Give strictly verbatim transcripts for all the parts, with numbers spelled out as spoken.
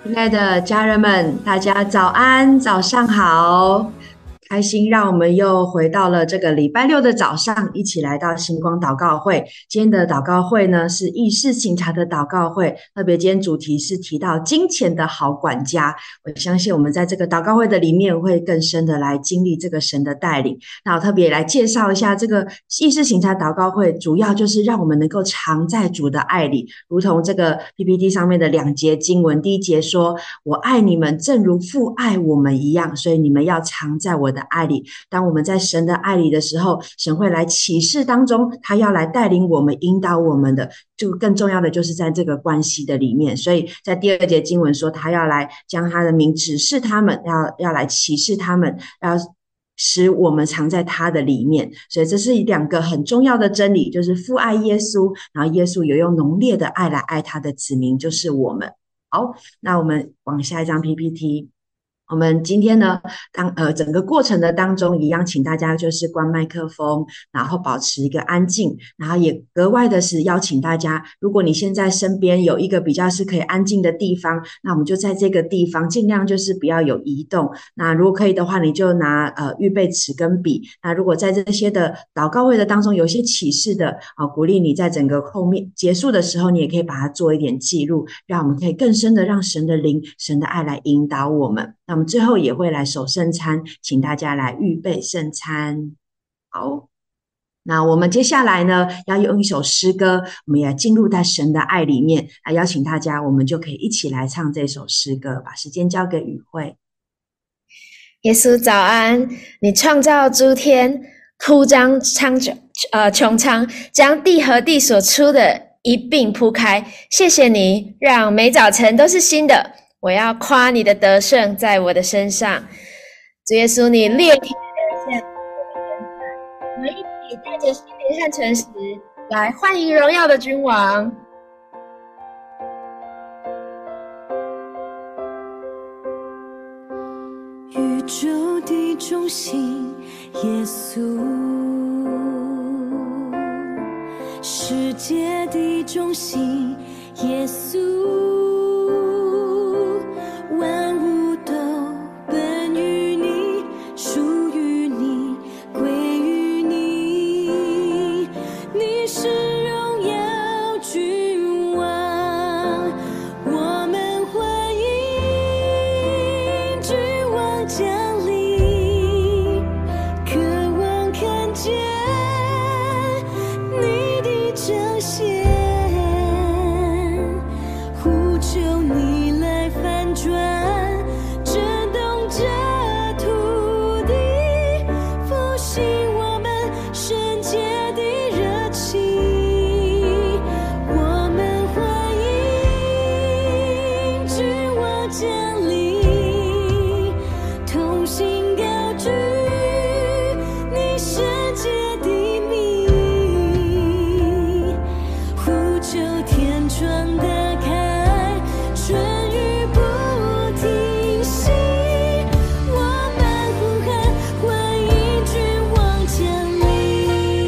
亲爱的家人们，大家早安，早上好！开心，让我们又回到了这个礼拜六的早上，一起来到星光祷告会。今天的祷告会呢是意识醒察的祷告会，特别今天主题是提到金钱的好管家。我相信我们在这个祷告会的里面会更深的来经历这个神的带领。那我特别来介绍一下这个意识醒察祷告会，主要就是让我们能够常在主的爱里，如同这个 P P T 上面的两节经文，第一节说我爱你们正如父爱我们一样，所以你们要常在我的爱里。当我们在神的爱里的时候，神会来启示当中，他要来带领我们引导我们的，就更重要的就是在这个关系的里面。所以在第二节经文说，他要来将他的名指示他们，要要来启示他们，要使我们藏在他的里面。所以这是两个很重要的真理，就是父爱耶稣，然后耶稣有用浓烈的爱来爱他的子民，就是我们。好，那我们往下一张 P P T。我们今天呢，当呃整个过程的当中，一样请大家就是关麦克风，然后保持一个安静，然后也格外的是邀请大家，如果你现在身边有一个比较是可以安静的地方，那我们就在这个地方尽量就是不要有移动。那如果可以的话，你就拿呃预备纸跟笔。那如果在这些的祷告会的当中有一些启示的啊、呃，鼓励你在整个后面结束的时候，你也可以把它做一点记录，让我们可以更深的让神的灵、神的爱来引导我们。那我们最后也会来守圣餐，请大家来预备圣餐。好，那我们接下来呢，要用一首诗歌，我们也进入在神的爱里面，来邀请大家，我们就可以一起来唱这首诗歌，把时间交给宇慧。 耶稣早安，你创造诸天，铺张苍呃穹苍，将地和地所出的一并铺开。谢谢你，让每早晨都是新的。我要夸你的得胜在我的身上。主耶稣，你列体的现我们一起带着心灵和诚实来欢迎荣耀的君王。 宇宙的中心，耶稣，世界的中心，耶稣，万物都本于你，属于你，归于你，你是荣耀君王，我们欢迎君王降临，渴望看见你的彰显，呼求你来翻转，震动这土地，复兴我们圣洁的热情，我们欢迎君王降临，同心高举你圣洁的名，呼求天窗打开，春雨不停息，我们呼喊欢迎君王降临。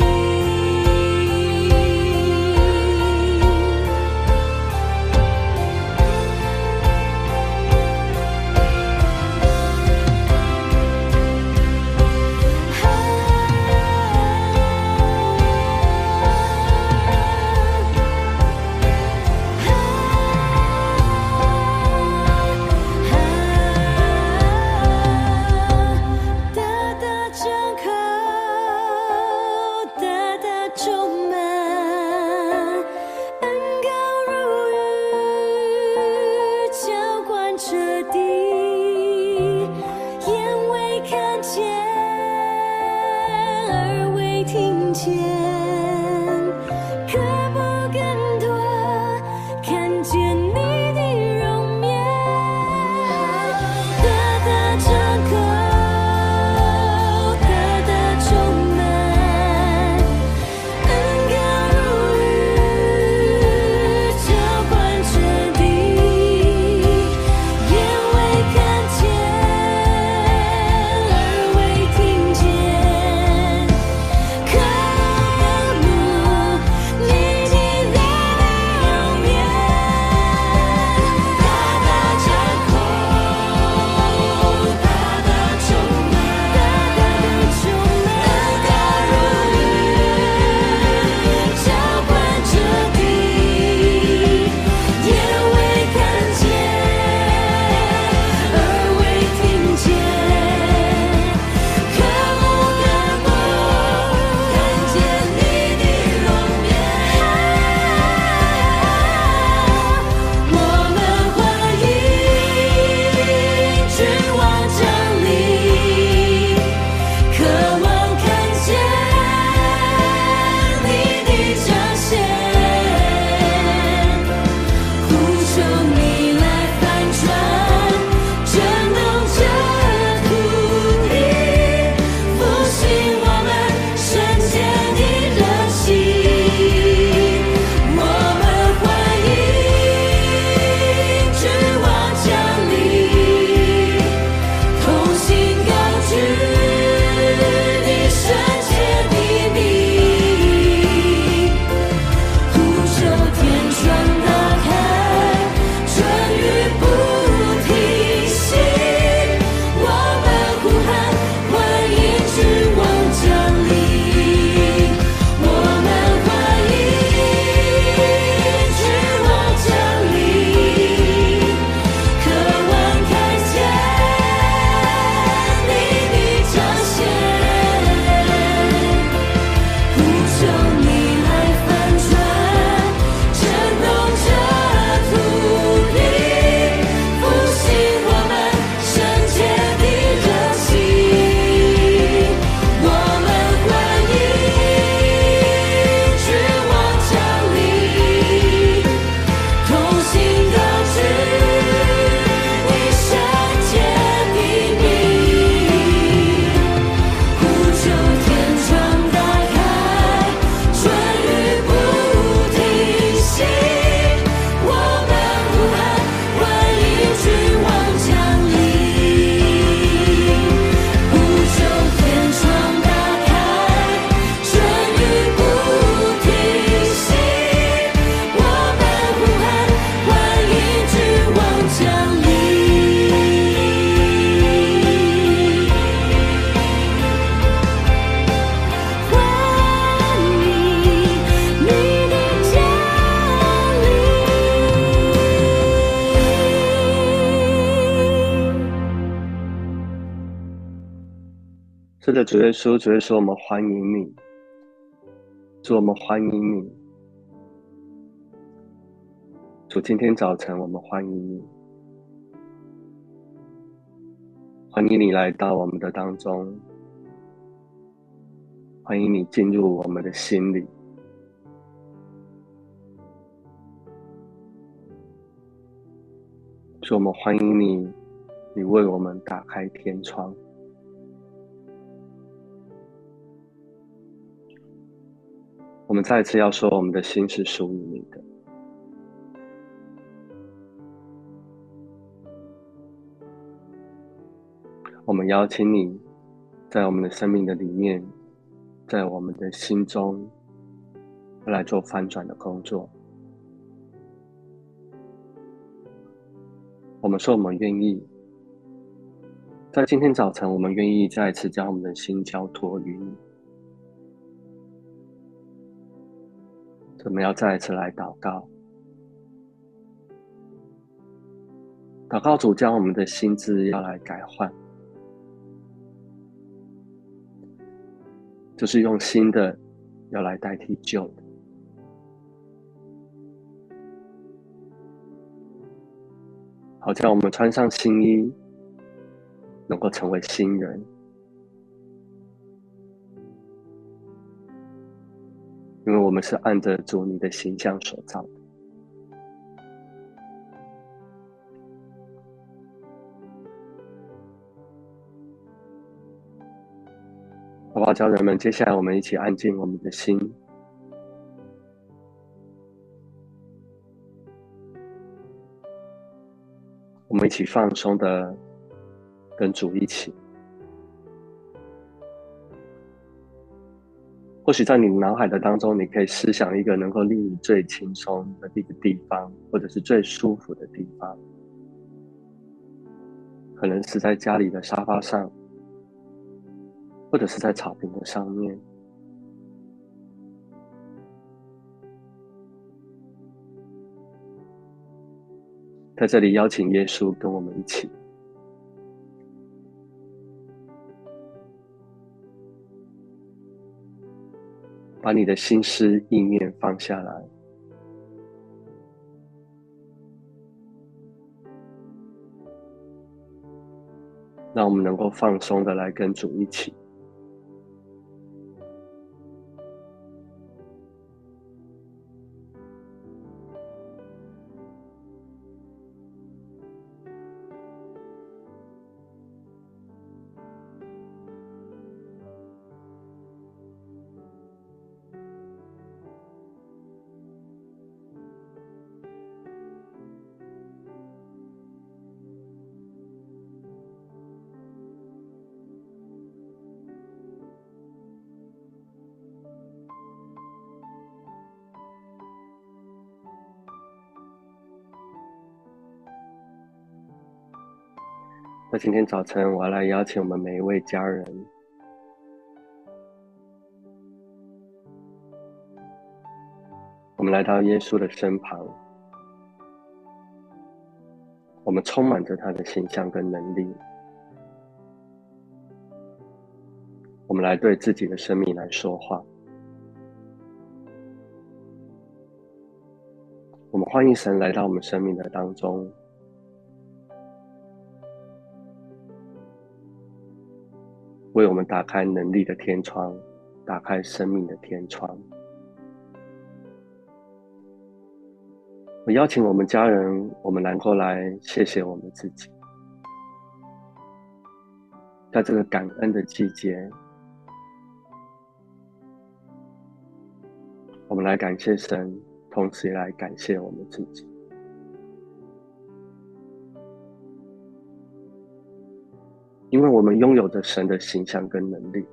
是的，主耶稣，主耶稣，我们欢迎你，主，我们欢迎你，主，今天早晨我们欢迎你，欢迎你来到我们的当中，欢迎你进入我们的心里。主，我们欢迎你，你为我们打开天窗。我们再一次要说，我们的心是属于你的。我们邀请你，在我们的生命的里面，在我们的心中，来做翻转的工作。我们说，我们愿意，在今天早晨，我们愿意再一次将我们的心交托于你。我们要再一次来祷告，祷告主将我们的心志要来改换，就是用新的要来代替旧的。好像我们穿上新衣，能够成为新人。因为我们是按着主你的形象所造的。好不好，家人们，接下来我们一起安静我们的心，我们一起放松的跟主一起。或许在你脑海的当中，你可以思想一个能够令你最轻松的一个地方，或者是最舒服的地方，可能是在家里的沙发上，或者是在草坪的上面。在这里邀请耶稣跟我们一起，把你的心思意念放下来，让我们能够放松的来跟主一起。那今天早晨，我要来邀请我们每一位家人，我们来到耶稣的身旁，我们充满着他的形象跟能力，我们来对自己的生命来说话。我们欢迎神来到我们生命的当中，为我们打开能力的天窗，打开生命的天窗。我邀请我们家人，我们能够来谢谢我们自己，在这个感恩的季节，我们来感谢神，同时也来感谢我们自己。因为我们拥有着神的形象跟能力，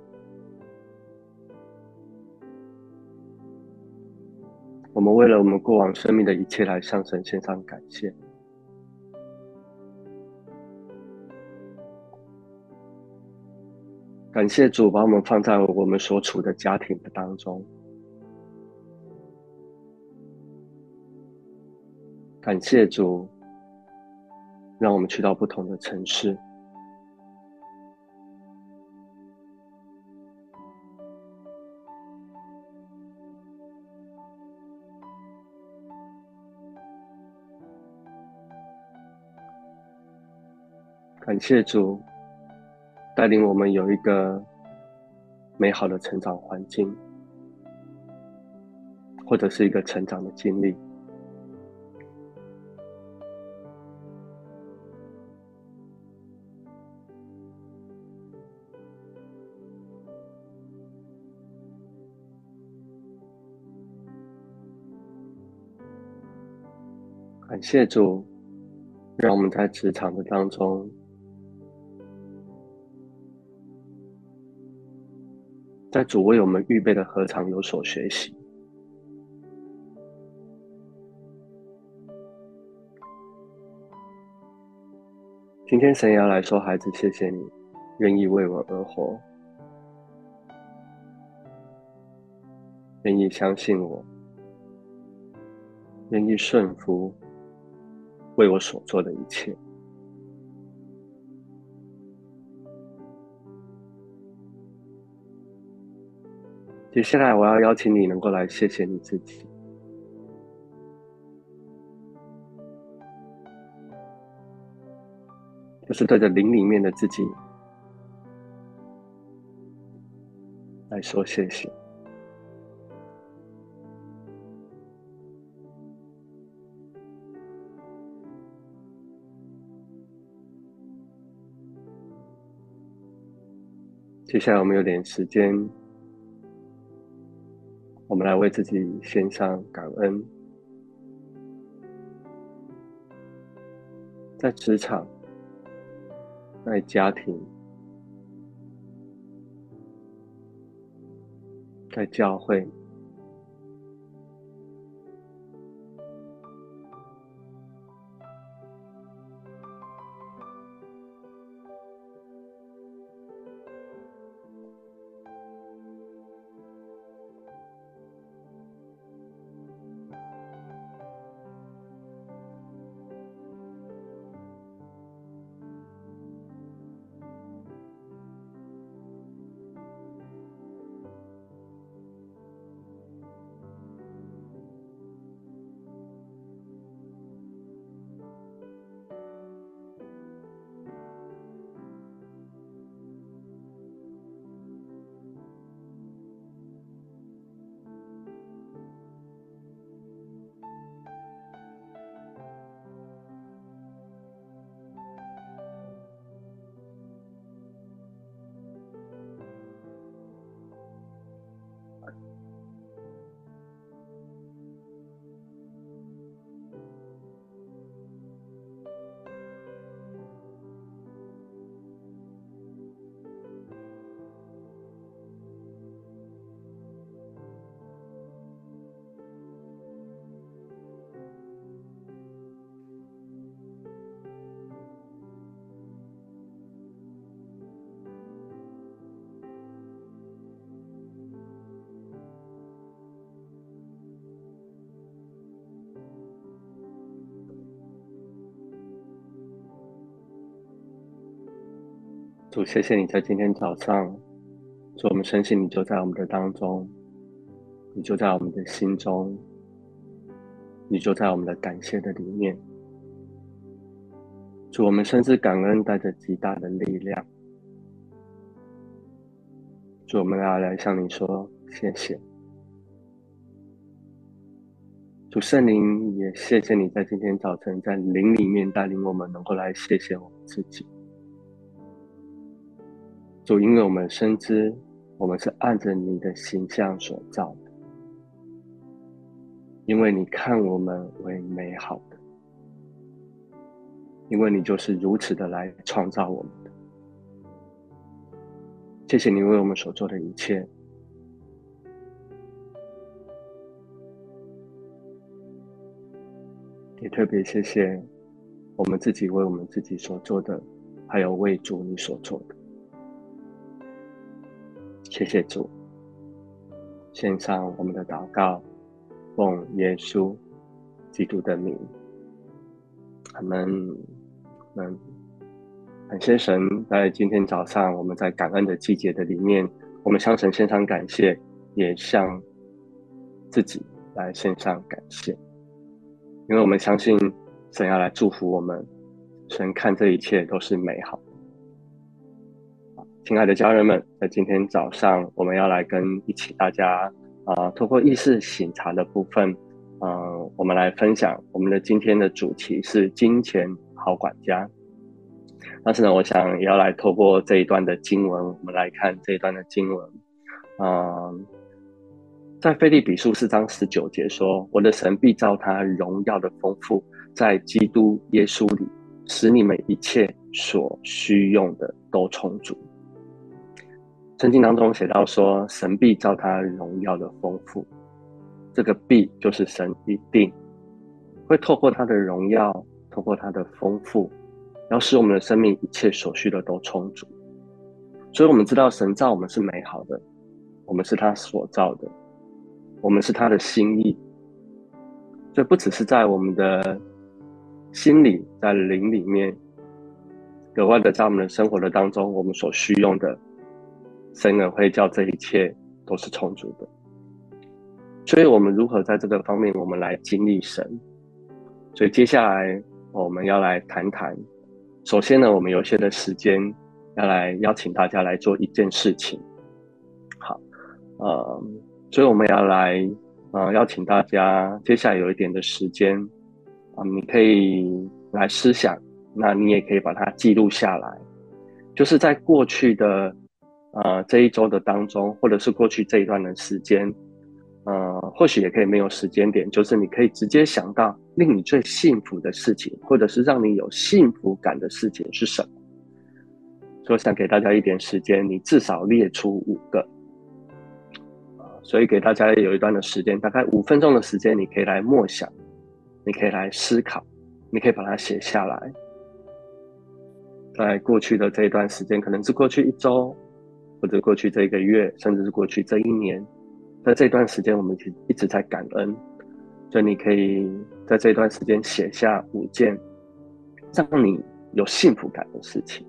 我们为了我们过往生命的一切来向神献上感谢。感谢主把我们放在我们所处的家庭的当中，感谢主让我们去到不同的城市， 感谢主带领我们有一个美好的成长环境，或者是一个成长的经历。感谢主，让我们在职场的当中，在主为我们预备的禾场有所学习。今天神也要来说，孩子，谢谢你愿意为我而活，愿意相信我，愿意顺服为我所做的一切。接下来我要邀请你能够来谢谢你自己，就是对着灵里面的自己来说谢谢。接下来我们有点时间，我们来为自己献上感恩。在职场，在家庭，在教会，主，谢谢你在今天早上，主，我们深信你就在我们的当中，你就在我们的心中，你就在我们的感谢的里面。主，我们深知感恩带着极大的力量。主，我们要来向你说谢谢。主，圣灵也谢谢你在今天早晨在灵里面带领我们，能够来谢谢我们自己。主，因为我们深知我们是按着你的形象所造的，因为你看我们为美好的，因为你就是如此的来创造我们的。谢谢你为我们所做的一切，也特别谢谢我们自己为我们自己所做的，还有为主你所做的。谢谢主，献上我们的祷告，奉耶稣基督的名，阿们。阿们。感谢神，在今天早上我们在感恩的季节的里面，我们向神献上感谢，也向自己来献上感谢，因为我们相信神要来祝福我们， 神看这一切都是美好的。亲爱的家人们，在今天早上，我们要来跟一起大家啊、呃，透过意识省察的部分，呃，我们来分享我们的今天的主题是金钱好管家。但是呢，我想也要来透过这一段的经文，我们来看这一段的经文。嗯、呃，在腓立比书四章十九节说：“我的神必照他荣耀的丰富，在基督耶稣里，使你们一切所需用的都充足。”圣经当中写到说，神必照他荣耀的丰富，这个必就是神一定会透过他的荣耀，透过他的丰富，要使我们的生命一切所需的都充足。所以我们知道神造我们是美好的，我们是他所造的，我们是他的心意。所以不只是在我们的心里，在灵里面，格外的在我们的生活的当中，我们所需用的，神也会叫这一切都是充足的。所以我们如何在这个方面我们来经历神？所以接下来我们要来谈谈，首先呢，我们有些的时间要来邀请大家来做一件事情。好，呃，所以我们要来呃邀请大家接下来有一点的时间啊、呃，你可以来思想，那你也可以把它记录下来，就是在过去的呃这一周的当中，或者是过去这一段的时间，呃，或许也可以没有时间点，就是你可以直接想到令你最幸福的事情，或者是让你有幸福感的事情是什么。所以我想给大家一点时间，你至少列出五个，呃、所以给大家有一段的时间，大概五分钟的时间，你可以来默想，你可以来思考，你可以把它写下来。在过去的这一段时间，可能是过去一周，或者过去这一个月，甚至是过去这一年，在这段时间我们一直在感恩，所以你可以在这段时间写下五件让你有幸福感的事情。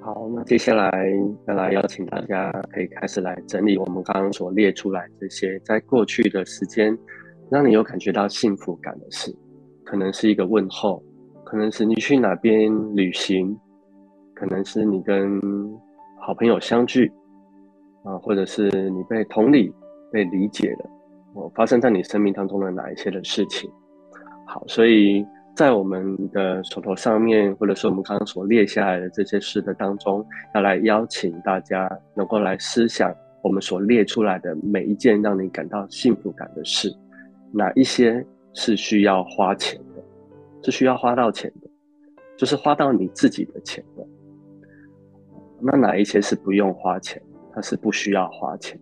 好，那接下来要来邀请大家可以开始来整理我们刚刚所列出来这些在过去的时间让你有感觉到幸福感的事，可能是一个问候，可能是你去哪边旅行，可能是你跟好朋友相聚啊，或者是你被同理、被理解了，哦，发生在你生命当中的哪一些的事情。好，所以在我们的手头上面，或者是我们刚刚所列下来的这些事的当中，要来邀请大家能够来思想我们所列出来的每一件让你感到幸福感的事，哪一些是需要花钱的，是需要花到钱的，就是花到你自己的钱的。那哪一些是不用花钱，它是不需要花钱？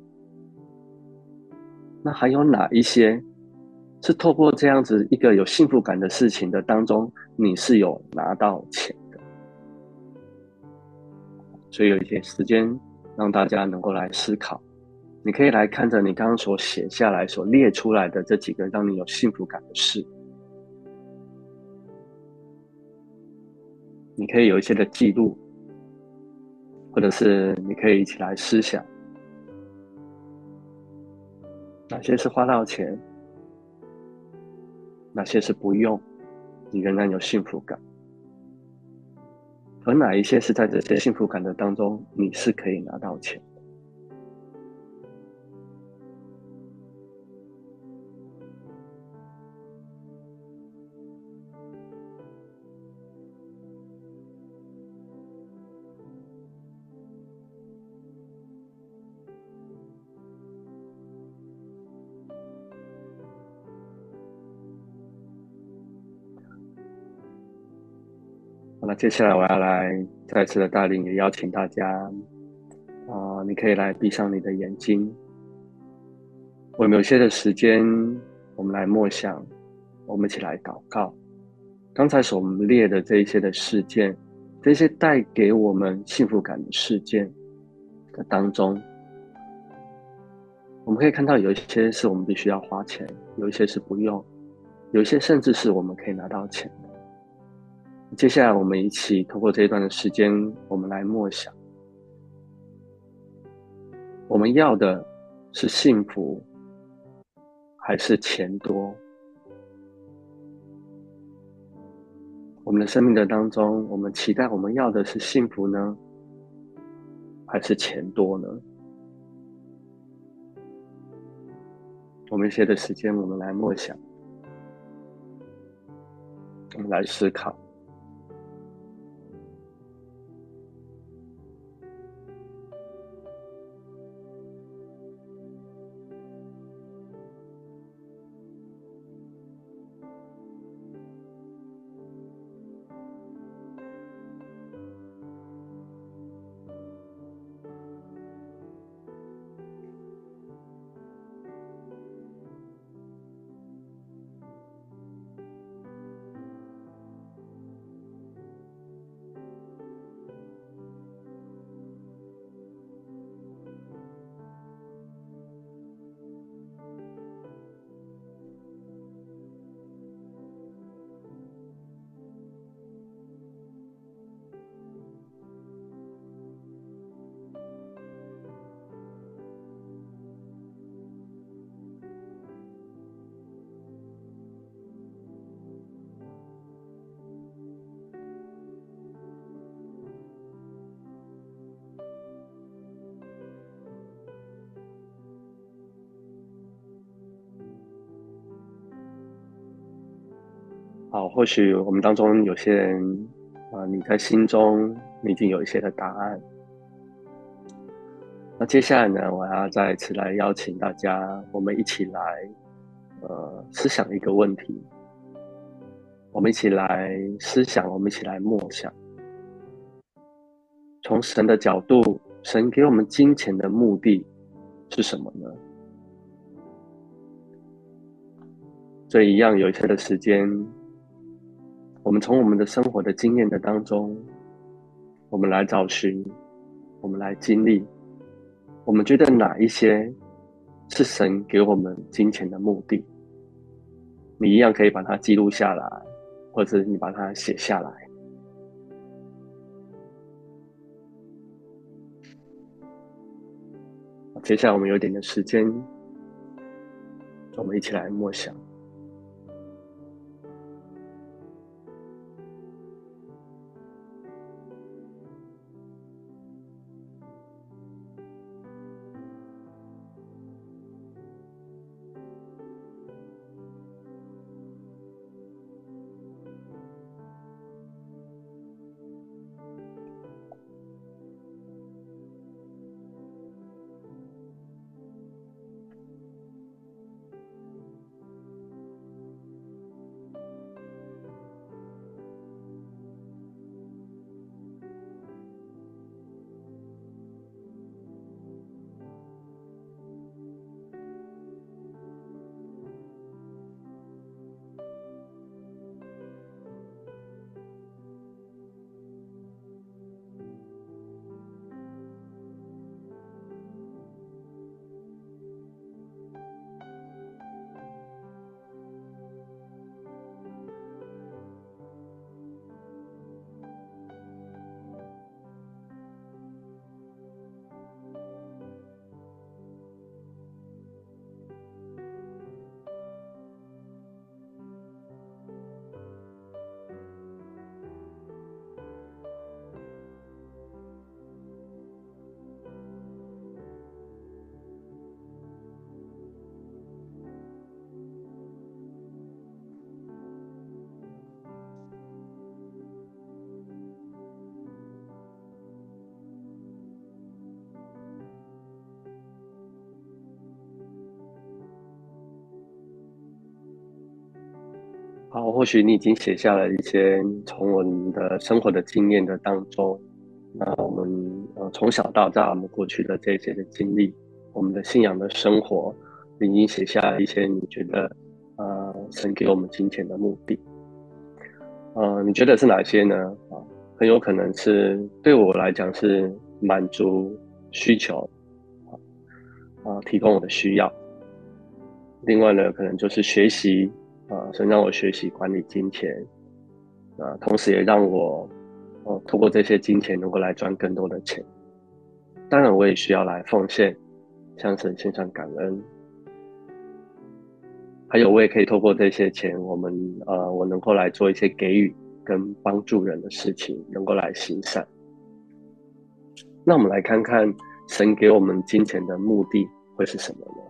那还有哪一些是透过这样子一个有幸福感的事情的当中，你是有拿到钱的？所以有一些时间让大家能够来思考，你可以来看着你刚刚所写下来、所列出来的这几个让你有幸福感的事，你可以有一些的记录，或者是你可以一起来思想，哪些是花到钱，哪些是不用，你仍然有幸福感，而哪一些是在这些幸福感的当中，你是可以拿到钱的。那接下来我要来再次的带领，也邀请大家啊、呃，你可以来闭上你的眼睛。我们有些的时间，我们来默想，我们一起来祷告。刚才所列的这一些的事件，这些带给我们幸福感的事件的当中，我们可以看到有一些是我们必须要花钱，有一些是不用，有一些甚至是我们可以拿到钱的。接下来我们一起通过这一段的时间，我们来默想，我们要的是幸福还是钱多？我们的生命的当中，我们期待我们要的是幸福呢，还是钱多呢？我们一些的时间，我们来默想，我们来思考。好，或许我们当中有些人啊、呃，你在心中你已经有一些的答案。那接下来呢，我要再一次来邀请大家，我们一起来呃思想一个问题，我们一起来思想，我们一起来默想。从神的角度，神给我们金钱的目的是什么呢？所以一样有一些的时间，我们从我们的生活的经验的当中，我们来找寻，我们来经历，我们觉得哪一些是神给我们金钱的目的，你一样可以把它记录下来，或者你把它写下来。 接下来我们有点的时间，我们一起来默想。好，或许你已经写下了一些从我们的生活的经验的当中，那我们呃从小到大我们过去的这些的经历，我们的信仰的生活，你已经写下一些你觉得呃神给我们金钱的目的，呃，你觉得是哪些呢？啊，很有可能是对我来讲是满足需求，啊，提供我的需要。另外呢，可能就是学习。啊，神让我学习管理金钱，啊，同时也让我，哦，透过这些金钱能够来赚更多的钱。当然，我也需要来奉献，向神献上感恩。还有，我也可以透过这些钱，我们呃，我能够来做一些给予跟帮助人的事情，能够来行善。那我们来看看神给我们金钱的目的会是什么呢？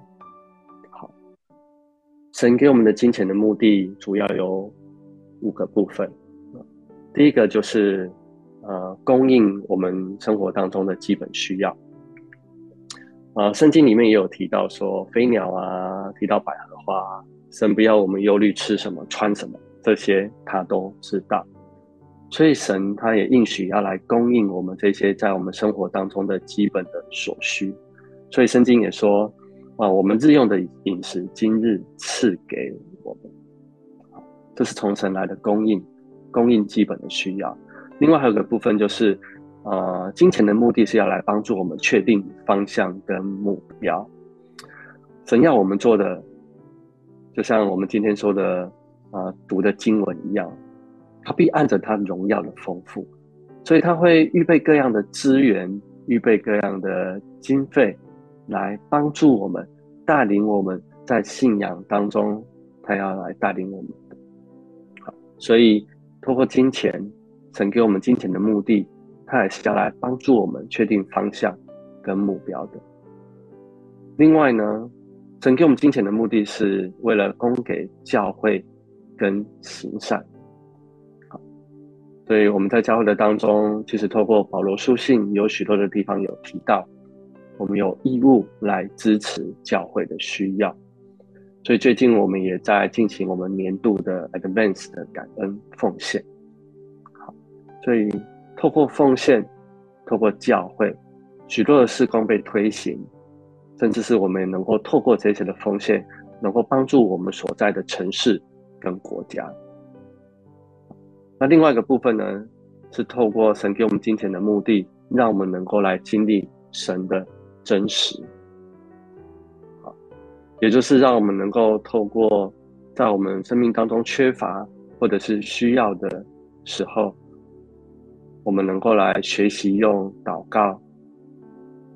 神给我们的金钱的目的主要有五个部分。第一个就是呃供应我们生活当中的基本需要。呃，圣经里面也有提到说，飞鸟啊，提到百合花，神不要我们忧虑吃什么穿什么，这些他都知道。所以神他也应许要来供应我们这些在我们生活当中的基本的所需。所以圣经也说，啊，我们日用的饮食，今日赐给我们，这是从神来的供应，供应基本的需要。另外还有个部分就是，呃，金钱的目的是要来帮助我们确定方向跟目标。神要我们做的，就像我们今天说的，呃，读的经文一样，他必按着他荣耀的丰富，所以他会预备各样的资源，预备各样的经费，来帮助我们，带领我们在信仰当中，他要来带领我们的。好，所以透过金钱，神给我们金钱的目的，他也是要来帮助我们确定方向跟目标的。另外呢，神给我们金钱的目的是为了供给教会跟行善。好，所以我们在教会的当中，其实透过保罗书信，有许多的地方有提到，我们有义务来支持教会的需要。所以最近我们也在进行我们年度的 Advance 的感恩奉献。好，所以透过奉献，透过教会，许多的事工被推行，甚至是我们能够透过这些的奉献，能够帮助我们所在的城市跟国家。那另外一个部分呢，是透过神给我们金钱的目的，让我们能够来经历神的真实。好，也就是让我们能够透过在我们生命当中缺乏或者是需要的时候，我们能够来学习用祷告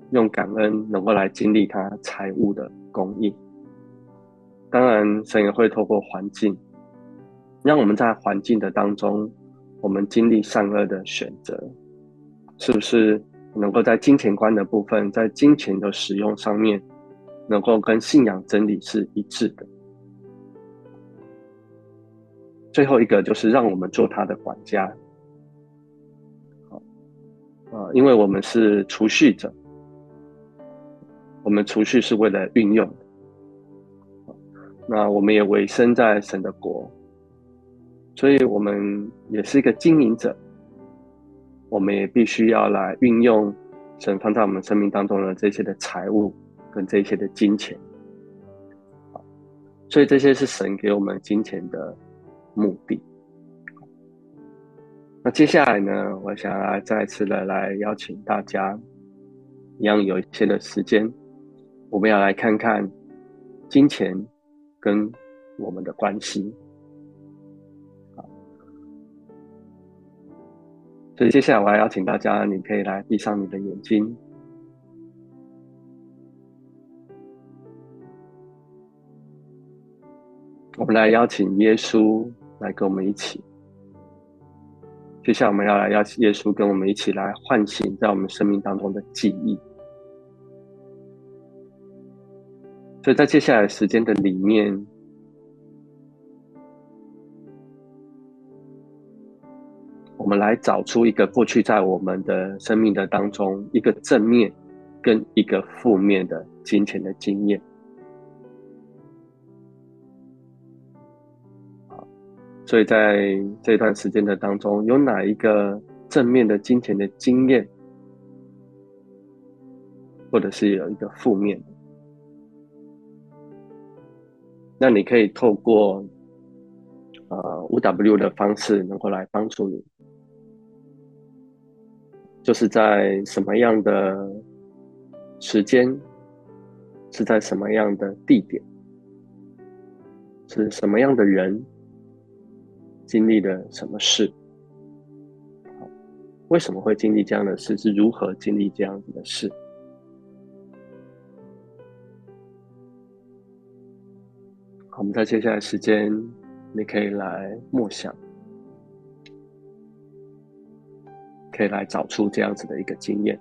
用感恩能够来经历他财物的供应。当然，神也会透过环境，让我们在环境的当中，我们经历善恶的选择，是不是能够在金钱观的部分，在金钱的使用上面，能够跟信仰真理是一致的。最后一个就是让我们做他的管家，呃，因为我们是储蓄者，我们储蓄是为了运用的，那我们也委身在神的国，所以我们也是一个经营者，我们也必须要来运用神放在我们生命当中的这些的财物跟这些的金钱，所以这些是神给我们金钱的目的。那接下来呢，我想要再次的来邀请大家，一样有一些的时间，我们要来看看金钱跟我们的关系。所以接下来我要邀请大家，你可以来闭上你的眼睛，我们来邀请耶稣来跟我们一起。接下来我们要来邀请耶稣跟我们一起来唤醒在我们生命当中的记忆。所以在接下来的时间的里面，我们来找出一个过去在我们的生命的当中，一个正面跟一个负面的金钱的经验。所以在这段时间的当中，有哪一个正面的金钱的经验，或者是有一个负面的，那你可以透过呃 五 W 的方式能够来帮助你，就是在什么样的时间，是在什么样的地点，是什么样的人经历了什么事，为什么会经历这样的事，是如何经历这样子的事。好，我们在接下来的时间，你可以来默想，可以来找出这样子的一个经验。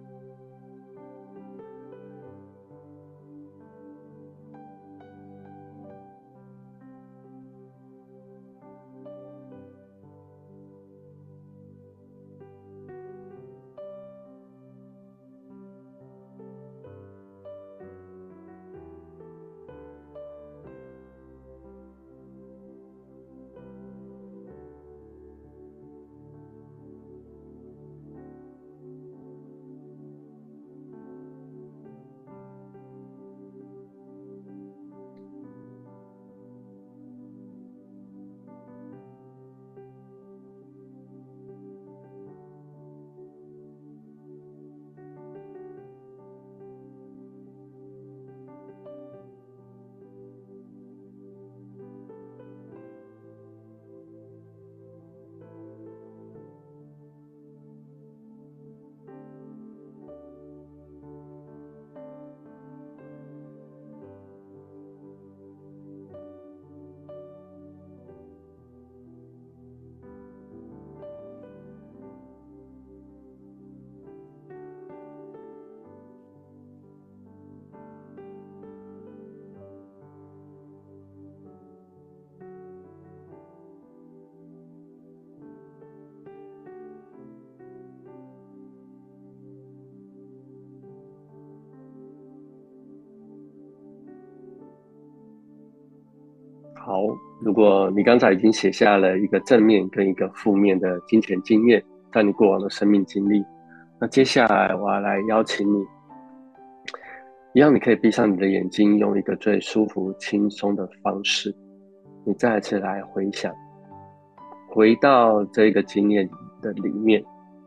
好，如果你刚才已经写下了一个正面跟一个负面的金钱经验，在你过往的生命经历，那接下来我要来邀请你，一样你可以闭上你的眼睛，用一个最舒服轻松的方式，你再次来回想，回到这个经验的里面，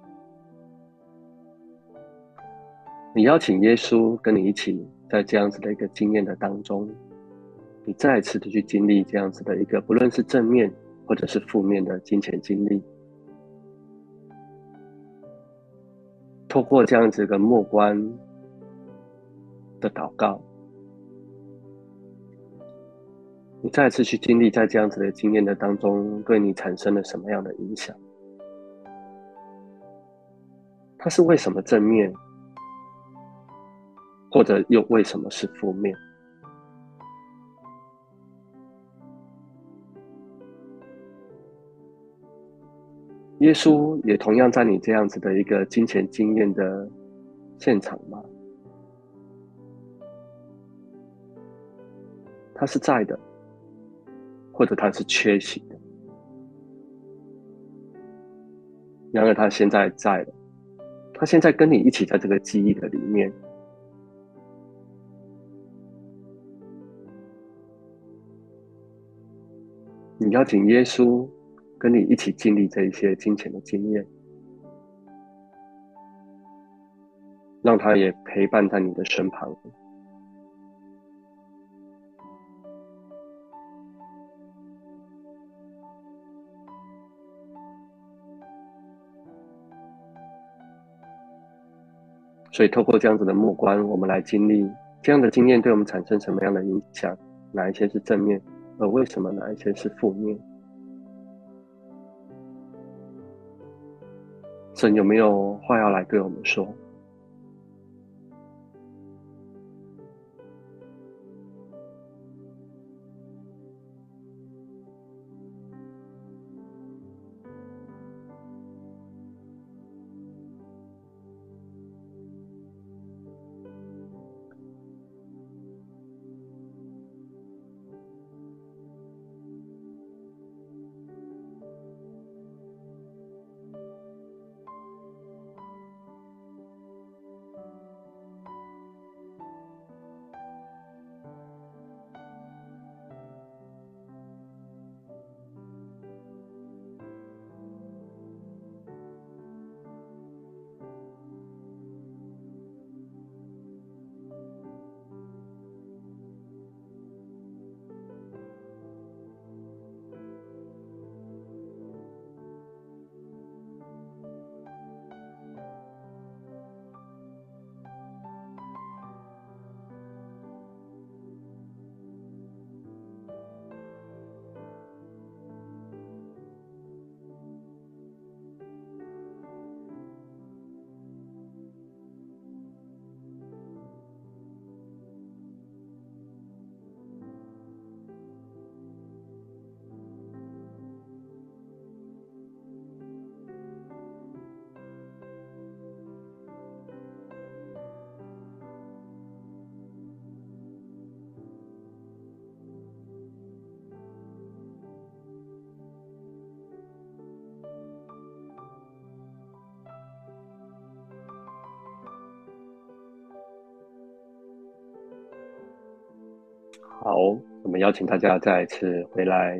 你邀请耶稣跟你一起在这样子的一个经验的当中，你再次的去经历这样子的一个不论是正面或者是负面的金钱经历，透过这样子的默观， 的祷告，你再次去经历在这样子的经验的当中，对你产生了什么样的影响？它是为什么正面，或者又为什么是负面？耶稣也同样在你这样子的一个金钱经验的现场吗？他是在的，或者他是缺席的。然而他现在在了，他现在跟你一起在这个记忆的里面。你邀请耶稣跟你一起经历这一些金钱的经验，让他也陪伴在你的身旁。所以透过这样子的目光，我们来经历这样的经验对我们产生什么样的影响，哪一些是正面，而为什么哪一些是负面？神有没有话要来对我们说？好，我们邀请大家再一次回来。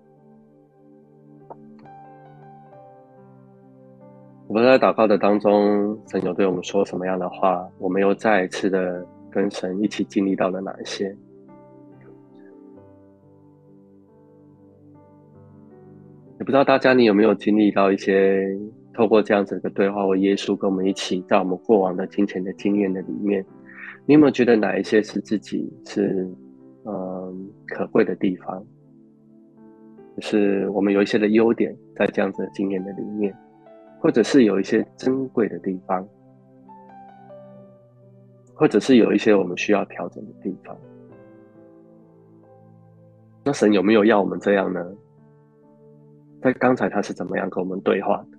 我们在祷告的当中，神有对我们说什么样的话？我们又再一次的跟神一起经历到了哪一些？也不知道大家你有没有经历到一些透过这样子的对话，或耶稣跟我们一起在我们过往的金钱的经验的里面，你有没有觉得哪一些是自己是嗯可贵的地方？就是我们有一些的优点在这样子的经验的里面，或者是有一些珍贵的地方，或者是有一些我们需要调整的地方。那神有没有要我们这样呢？在刚才他是怎么样跟我们对话的？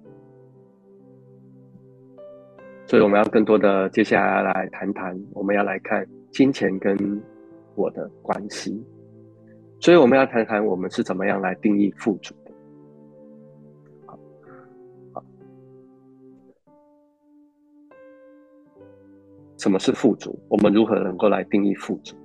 所以我们要更多的接下来来谈谈，我们要来看金钱跟我的关系。所以我们要谈谈我们是怎么样来定义富足的。好，好，什么是富足？我们如何能够来定义富足？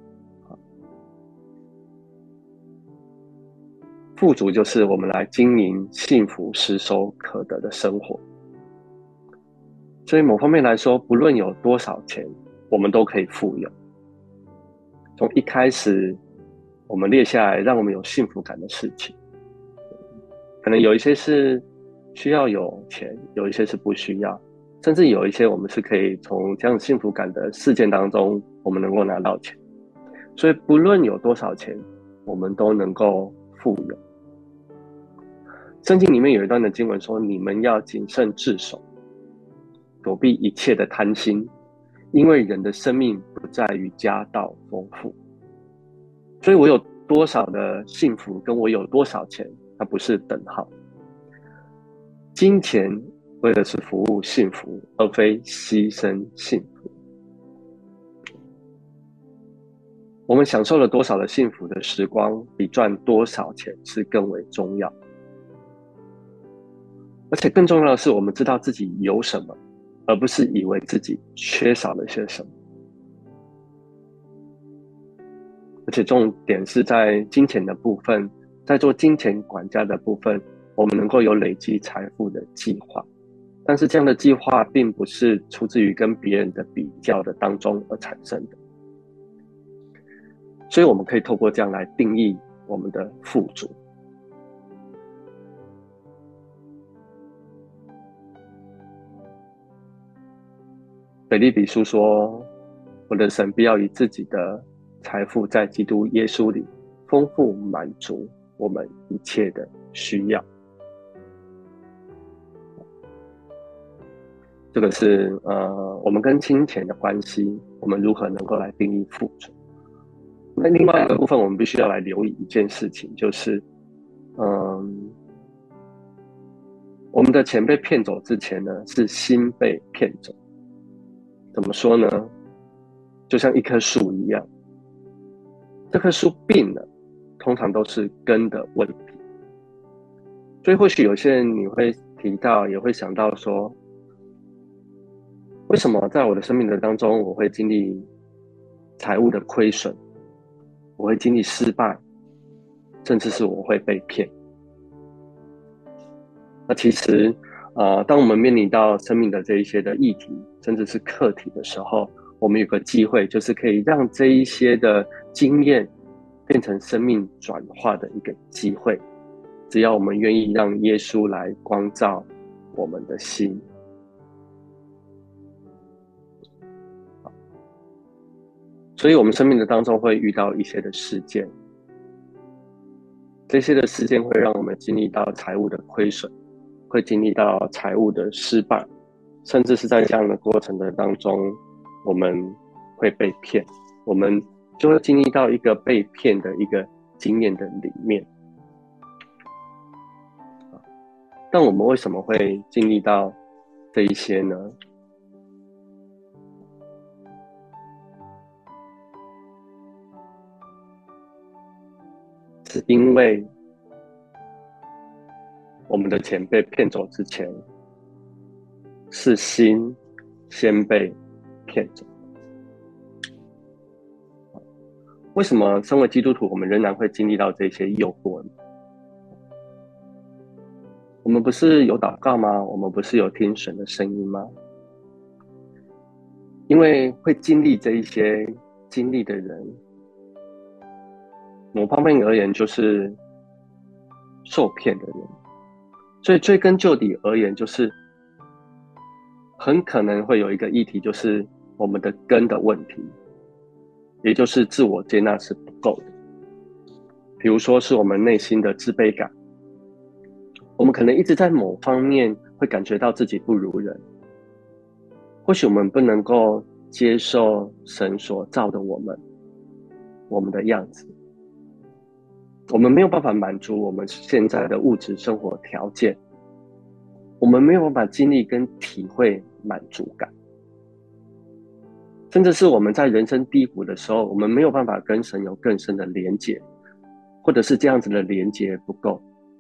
富足就是我们来经营幸福、实手可得的生活。所以某方面来说，不论有多少钱，我们都可以富有。从一开始我们列下来让我们有幸福感的事情，可能有一些是需要有钱，有一些是不需要， 甚至有一些我们是可以从这样幸福感的事件当中，我们能够拿到钱。所以不论有多少钱，我们都能够富有。圣经里面有一段的经文说，你们要谨慎自守，躲避一切的贪心，因为人的生命不在于家道丰富。所以我有多少的幸福跟我有多少钱，它不是等号。金钱为的是服务幸福，而非牺牲幸福。我们享受了多少的幸福的时光，比赚多少钱是更为重要。而且更重要的是，我们知道自己有什么，而不是以为自己缺少了些什么。而且重点是在金钱的部分，在做金钱管家的部分，我们能够有累积财富的计划。但是这样的计划并不是出自于跟别人的比较的当中而产生的。所以我们可以透过这样来定义我们的富足。腓立比书说，我的神必要以自己的财富在基督耶稣里丰富满足我们一切的需要。这个是呃，我们跟金钱的关系，我们如何能够来定义富足。那另外一个部分，我们必须要来留意一件事情，就是嗯，我们的钱被骗走之前呢，是心被骗走。怎么说呢？就像一棵树一样，这棵树病了，通常都是根的问题。所以或许有些人你会提到，也会想到说，为什么在我的生命的当中，我会经历财务的亏损，我会经历失败，甚至是我会被骗？那其实呃，当我们面临到生命的这一些的议题，甚至是课题的时候，我们有个机会，就是可以让这一些的经验变成生命转化的一个机会。只要我们愿意让耶稣来光照我们的心。所以我们生命的当中会遇到一些的事件，这些的事件会让我们经历到财务的亏损，会经历到财务的失败，甚至是在这样的过程的当中，我们会被骗，我们就会经历到一个被骗的一个经验的里面。但我们为什么会经历到这一些呢？是因为我们的钱被骗走之前，是心先被骗走。为什么身为基督徒，我们仍然会经历到这些诱惑呢？我们不是有祷告吗？我们不是有听神的声音吗？因为会经历这一些经历的人，某方面而言就是受骗的人，所以追根究底而言，就是很可能会有一个议题，就是我们的根的问题，也就是自我接纳是不够的。比如说是我们内心的自卑感，我们可能一直在某方面会感觉到自己不如人，或许我们不能够接受神所造的我们，我们的样子，我们没有办法满足我们现在的物质生活条件，我们没有办法经历跟体会满足感，甚至是我们在人生低谷的时候，我们没有办法跟神有更深的连结，或者是这样子的连结不够，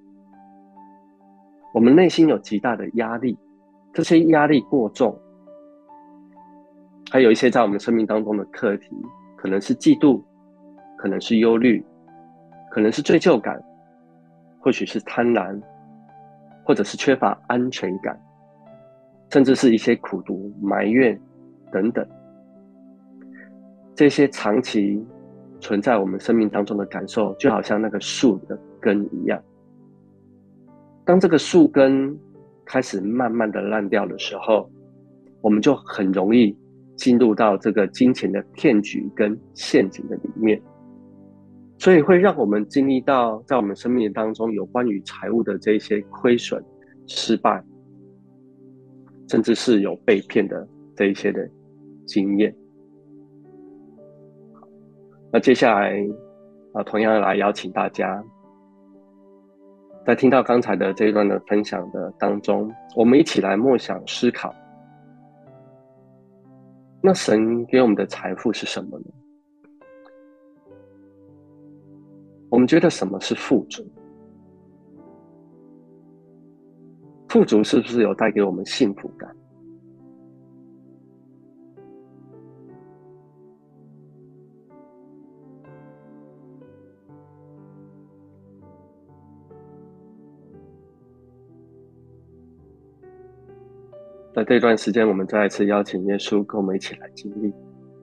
我们内心有极大的压力，这些压力过重，还有一些在我们生命当中的课题，可能是嫉妒，可能是忧虑，可能是罪疚感，或许是贪婪，或者是缺乏安全感，甚至是一些苦毒、埋怨等等。这些长期存在我们生命当中的感受，就好像那个树的根一样。当这个树根开始慢慢的烂掉的时候， 我们就很容易进入到这个金钱的骗局跟陷阱的里面，所以会让我们经历到在我们生命当中有关于财务的这些亏损、失败，甚至是有被骗的这一些的经验。那接下来啊，同样来邀请大家，在听到刚才的这一段的分享的当中，我们一起来默想思考，那神给我们的财富是什么呢？我们觉得什么是富足？富足是不是有带给我们幸福感？在这段时间，我们再一次邀请耶稣跟我们一起来经历。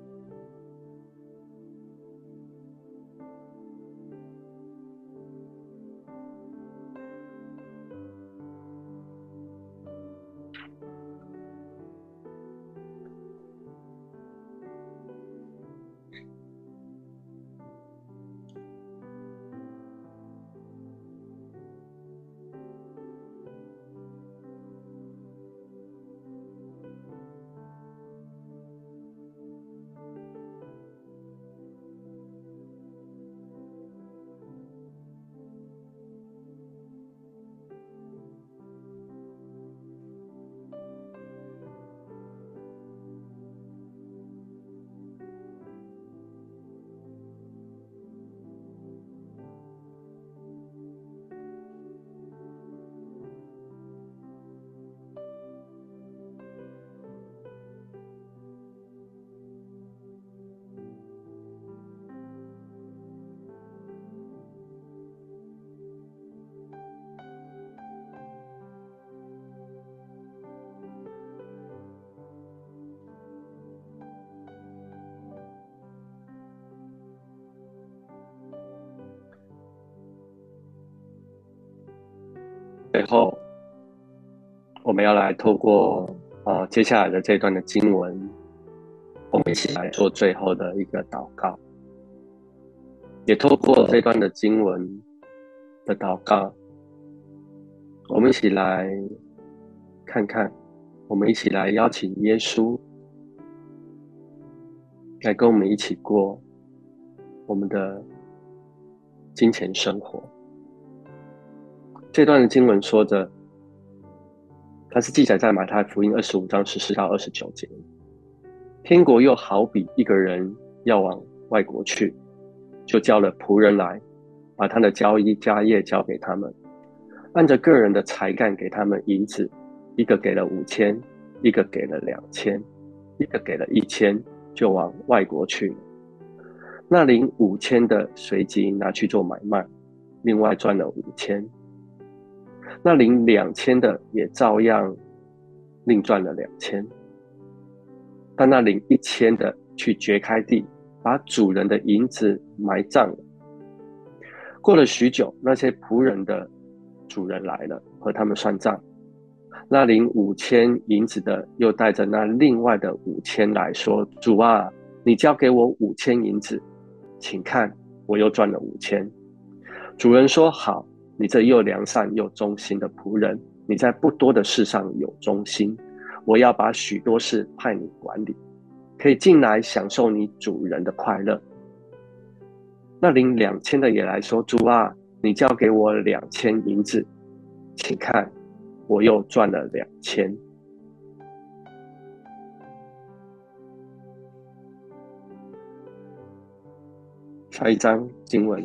最后，我们要来透过呃接下来的这段的经文，我们一起来做最后的一个祷告，也透过这段的经文的祷告，我们一起来看看，我们一起来邀请耶稣来跟我们一起过我们的金钱生活。这段的经文说着，它是记载在马太福音二十五章十四到二十九节。天国又好比一个人要往外国去，就叫了仆人来，把他的交易家业交给他们，按着个人的才干给他们银子，一个给了五千，一个给了两千，一个给了一千，就往外国去了。那领五千的随即拿去做买卖，另外赚了五千。那领两千的也照样另赚了两千。但那领一千的去掘开地，把主人的银子埋葬了。过了许久，那些仆人的主人来了，和他们算账。那领五千银子的又带着那另外的五千来说：“主啊，你交给我五千银子，请看，我又赚了五千。”主人说：“好，你这又良善又忠心的仆人，你在不多的事上有忠心，我要把许多事派你管理，可以进来享受你主人的快乐。”那领两千的也来说：“主啊，你交给我两千银子，请看，我又赚了两千。”下一章经文，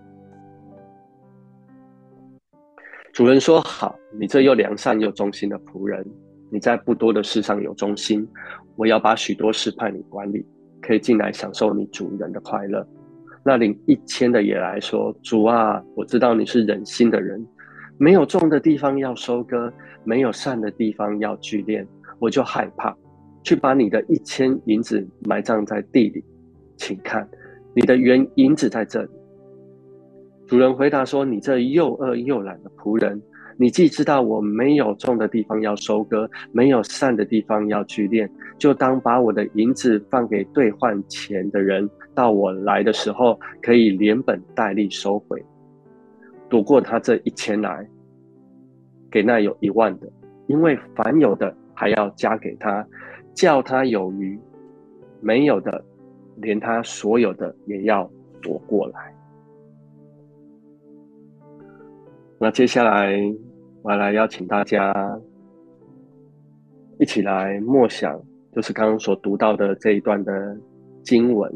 主人说：“好，你这又良善又忠心的仆人，你在不多的事上有忠心，我要把许多事派你管理，可以进来享受你主人的快乐。”那领一千的也来说：“主啊，我知道你是忍心的人，没有种的地方要收割，没有善的地方要聚敛，我就害怕，去把你的一千银子埋葬在地里，请看，你的原银子在这里。”主人回答说：“你这又饿又懒的仆人， 你既知道我没有种的地方要收割，没有善的地方要聚敛，就当把我的银子放给兑换钱的人，到我来的时候，可以连本带利收回，躲过他这一千来，给那有一万的，因为凡有的还要加给他，叫他有余；没有的，连他所有的也要夺过来。那接下来，我要来邀请大家一起来默想，就是刚刚所读到的这一段的经文。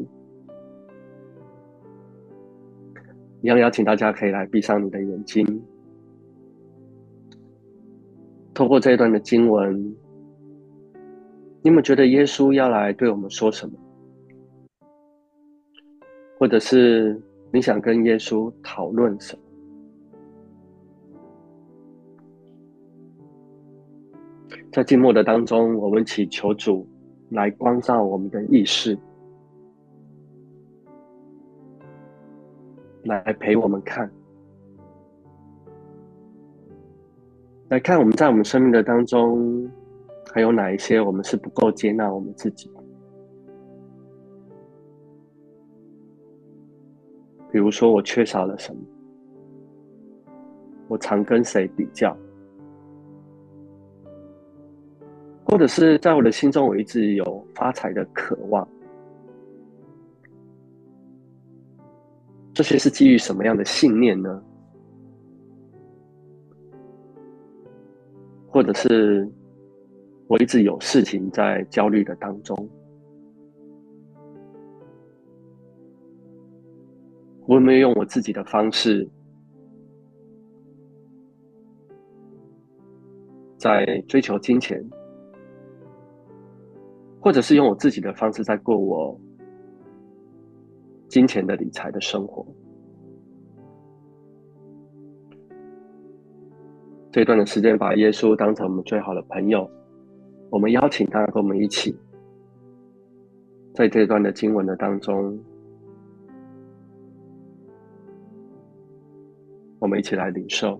一样邀请大家可以来闭上你的眼睛，透过这一段的经文，你们觉得耶稣要来对我们说什么？或者是你想跟耶稣讨论什么？在静默的当中，我们祈求主来光照我们的意识，来陪我们看，来看我们在我们生命的当中，还有哪一些我们是不够接纳我们自己。比如说，我缺少了什么？我常跟谁比较？或者是在我的心中，我一直有发财的渴望，这些是基于什么样的信念呢？或者是我一直有事情在焦虑的当中，我有没有用我自己的方式在追求金钱，或者是用我自己的方式在过我金钱的理财的生活？这段的时间，把耶稣当成我们最好的朋友，我们邀请他跟我们一起，在这段的经文的当中，我们一起来领受。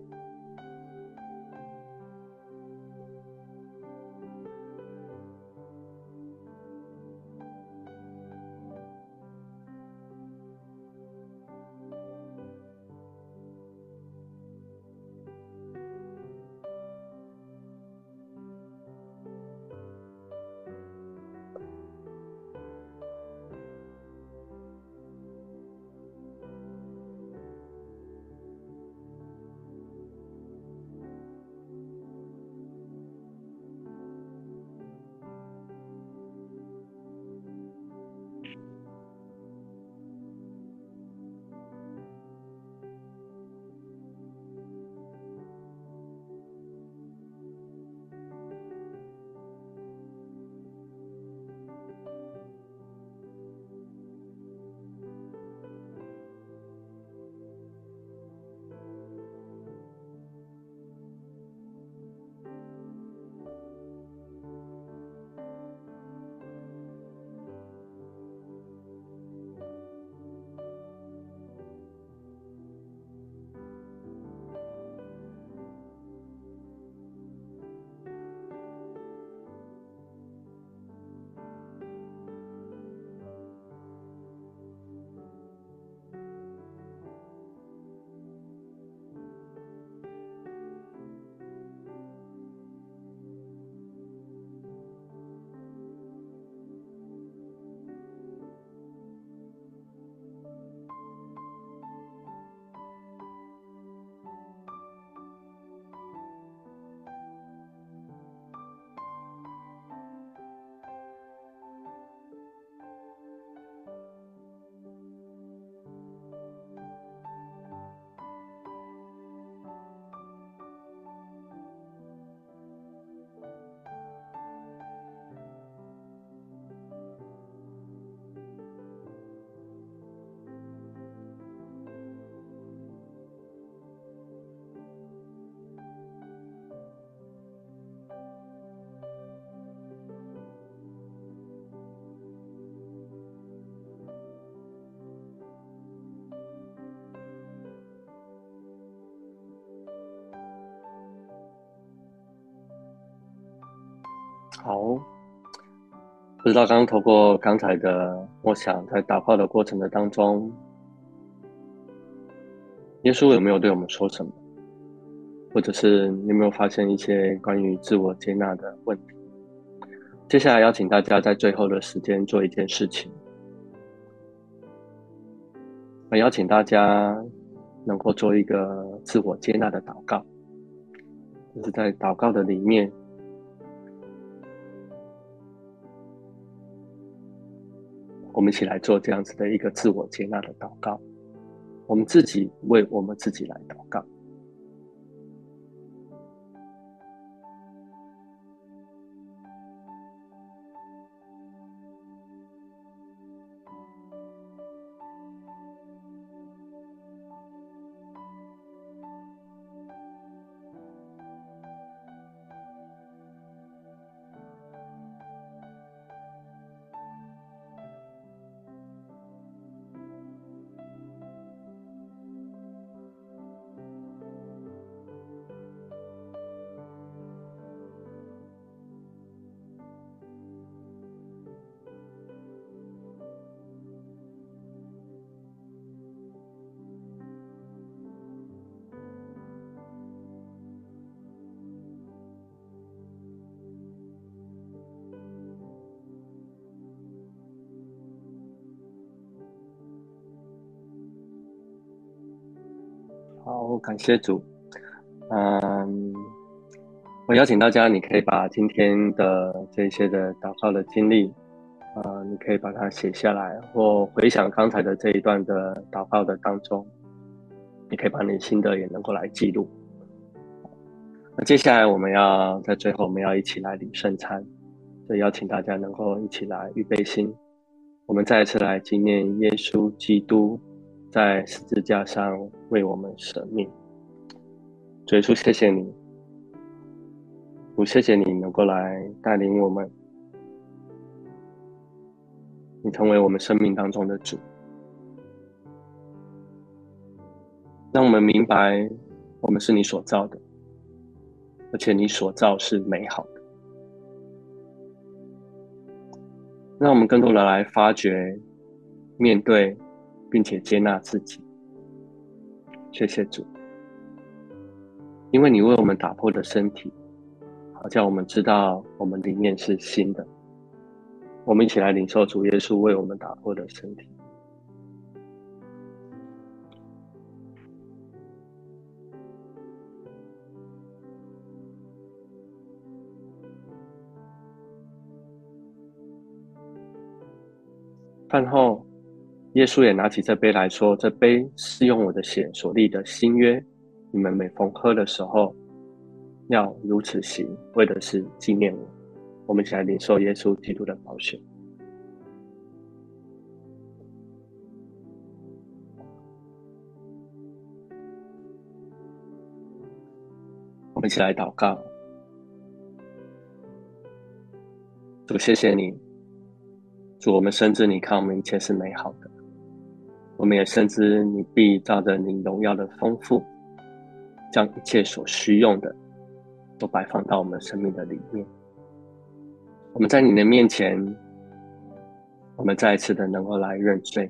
好，不知道刚刚透过刚才的默想，在祷告的过程的当中，耶稣有没有对我们说什么？或者是你有没有发现一些关于自我接纳的问题？接下来邀请大家在最后的时间做一件事情，我邀请大家能够做一个自我接纳的祷告，就是在祷告的里面，我们一起来做这样子的一个自我接纳的祷告，我们自己为我们自己来祷告。好，感谢主。嗯，我邀请大家，你可以把今天的这些的祷告的经历，呃，你可以把它写下来，或回想刚才的这一段的祷告的当中，你可以把你的心得也能够来记录。那接下来我们要在最后，我们要一起来领圣餐，所以邀请大家能够一起来预备心，我们再一次来纪念耶稣基督在十字架上为我们舍命。主耶稣，谢谢你，主谢谢你能够来带领我们，你成为我们生命当中的主，让我们明白我们是你所造的，而且你所造是美好的，让我们更多的来发掘、面对并且接纳自己。谢谢主，因为你为我们打破的身体，好叫我们知道我们里面是新的。我们一起来领受主耶稣为我们打破的身体。饭后，耶稣也拿起这杯来说，这杯是用我的血所立的新约，你们每逢喝的时候要如此行，为的是纪念我。我们一起来领受耶稣基督的宝血。我们一起来祷告。主，谢谢你，主，我们深知你看我们一切是美好的，我们也深知你必照着你荣耀的丰富，将一切所需用的都摆放到我们生命的里面。我们在你的面前，我们再一次的能够来认罪，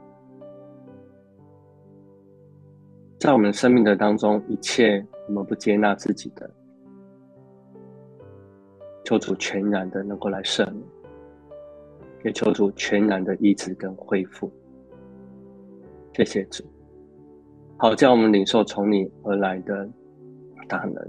在我们生命的当中，一切我们不接纳自己的，求主全然的能够来赦免，也求主全然的医治跟恢复。谢谢主，好叫我们领受从你而来的大能。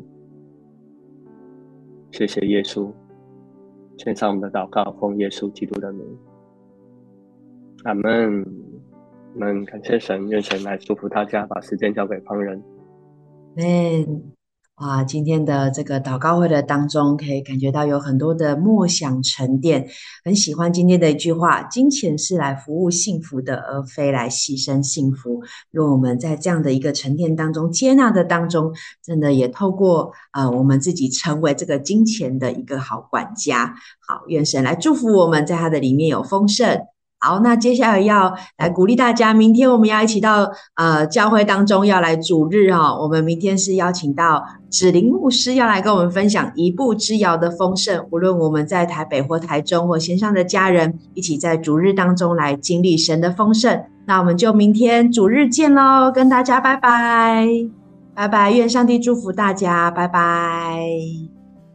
谢谢耶稣，献上我们的祷告，奉耶稣基督的名，阿们。我们感谢神，愿神来祝福大家，把时间交给旁人。 Amen。哇，今天的这个祷告会的当中，可以感觉到有很多的默想沉淀。很喜欢今天的一句话：金钱是来服务幸福的，而非来牺牲幸福。愿我们在这样的一个沉淀当中、接纳的当中，真的也透过呃我们自己成为这个金钱的一个好管家。好，愿神来祝福我们，在他的里面有丰盛、 好，那接下来要来鼓励大家，明天我们要一起到呃教会当中要来主日哈、哦。我们明天是邀请到子玲牧师要来跟我们分享一步之遥的丰盛。无论我们在台北或台中或线上的家人，一起在主日当中来经历神的丰盛。那我们就明天主日见喽，跟大家拜拜，拜拜，愿上帝祝福大家，拜拜。